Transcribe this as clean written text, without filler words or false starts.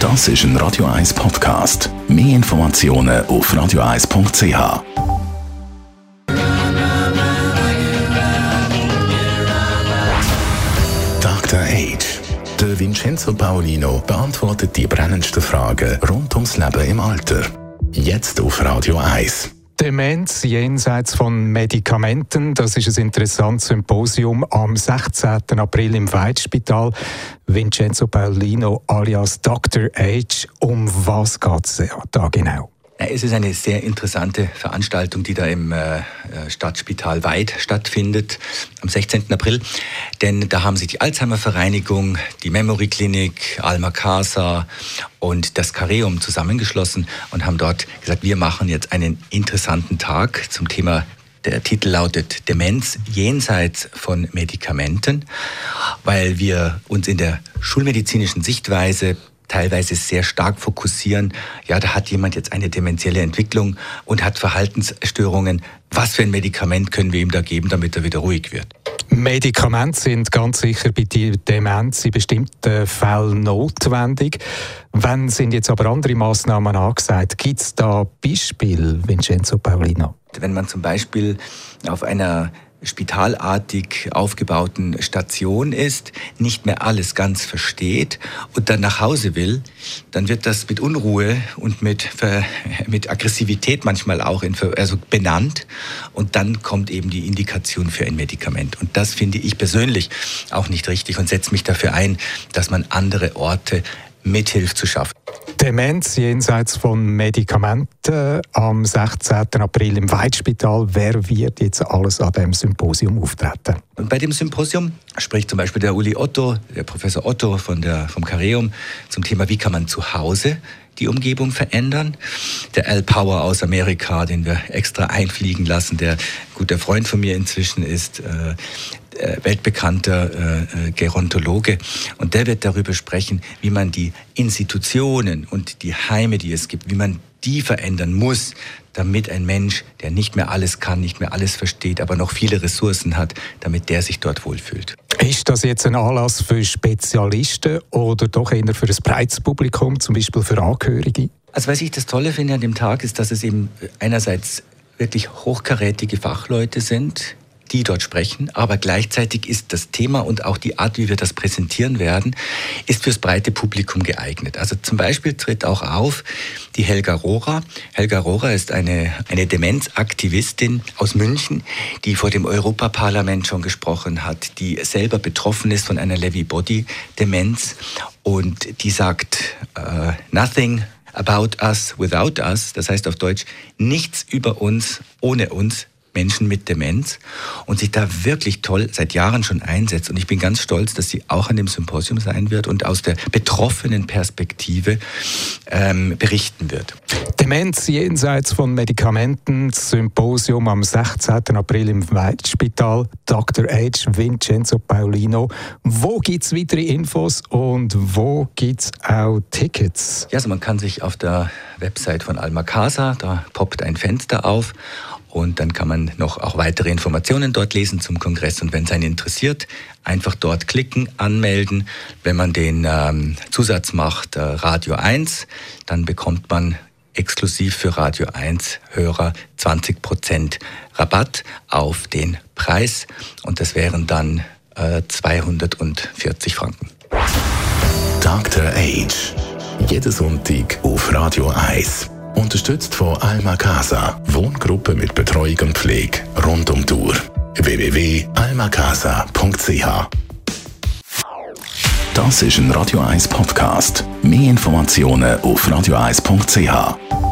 Das ist ein Radio 1 Podcast. Mehr Informationen auf radio1.ch. Dr. Age. Der Vincenzo Paolino beantwortet die brennendsten Fragen rund ums Leben im Alter. Jetzt auf Radio 1. Demenz jenseits von Medikamenten, das ist ein interessantes Symposium am 16. April im Weitspital. Vincenzo Paolino alias Dr. Age. Um was geht es da genau? Es ist eine sehr interessante Veranstaltung, die da im Stadtspital Weid stattfindet, am 16. April. Denn da haben sich die Alzheimer-Vereinigung, die Memory Clinic, Alma Casa und das Careum zusammengeschlossen und haben dort gesagt, wir machen jetzt einen interessanten Tag zum Thema. Der Titel lautet Demenz jenseits von Medikamenten, weil wir uns in der schulmedizinischen Sichtweise teilweise sehr stark fokussieren, ja, da hat jemand jetzt eine dementielle Entwicklung und hat Verhaltensstörungen. Was für ein Medikament können wir ihm da geben, damit er wieder ruhig wird? Medikamente sind ganz sicher bei der Demenz in bestimmten Fällen notwendig. Wann sind jetzt aber andere Massnahmen angesagt? Gibt es da Beispiele, Vincenzo Paolino? Wenn man zum Beispiel auf einer spitalartig aufgebauten Station ist, nicht mehr alles ganz versteht und dann nach Hause will, dann wird das mit Unruhe und mit Aggressivität manchmal auch benannt und dann kommt eben die Indikation für ein Medikament. Und das finde ich persönlich auch nicht richtig und setze mich dafür ein, dass man andere Orte mithilft zu schaffen. Demenz jenseits von Medikamenten am 16. April im Weitspital. Wer wird jetzt alles an diesem Symposium auftreten? Und bei dem Symposium spricht zum Beispiel der Uli Otto, der Professor Otto vom Careum zum Thema, wie kann man zu Hause die Umgebung verändern. Der Al Power aus Amerika, den wir extra einfliegen lassen, der ein guter Freund von mir inzwischen ist, weltbekannter Gerontologe. Und der wird darüber sprechen, wie man die Institutionen und die Heime, die es gibt, wie man die verändern muss, damit ein Mensch, der nicht mehr alles kann, nicht mehr alles versteht, aber noch viele Ressourcen hat, damit der sich dort wohlfühlt. Ist das jetzt ein Anlass für Spezialisten oder doch eher für ein breites Publikum, zum Beispiel für Angehörige? Also was ich das Tolle finde an dem Tag ist, dass es eben einerseits wirklich hochkarätige Fachleute sind, die dort sprechen, aber gleichzeitig ist das Thema und auch die Art, wie wir das präsentieren werden, ist fürs breite Publikum geeignet. Also zum Beispiel tritt auch auf die Helga Rohrer. Helga Rohrer ist eine Demenzaktivistin aus München, die vor dem Europaparlament schon gesprochen hat, die selber betroffen ist von einer Lewy-Body-Demenz und die sagt, nothing about us without us, das heißt auf Deutsch, nichts über uns ohne uns, Menschen mit Demenz, und sich da wirklich toll seit Jahren schon einsetzt. Und ich bin ganz stolz, dass sie auch an dem Symposium sein wird und aus der betroffenen Perspektive berichten wird. Demenz jenseits von Medikamenten, Symposium am 16. April im Weitspital. Dr. Age, Vincenzo Paolino. Wo gibt es weitere Infos und wo gibt es auch Tickets? Ja, also man kann sich auf der Website von Alma Casa, da poppt ein Fenster auf. Und dann kann man noch auch weitere Informationen dort lesen zum Kongress. Und wenn es einen interessiert, einfach dort klicken, anmelden. Wenn man den Zusatz macht, Radio 1, dann bekommt man exklusiv für Radio 1 Hörer 20% Rabatt auf den Preis. Und das wären dann 240 Franken. Dr. Age. Jeden Sonntag auf Radio 1. Unterstützt von Alma Casa, Wohngruppe mit Betreuung und Pflege rund um die Uhr. www.almacasa.ch. Das ist ein Radio 1 Podcast. Mehr Informationen auf radio1.ch.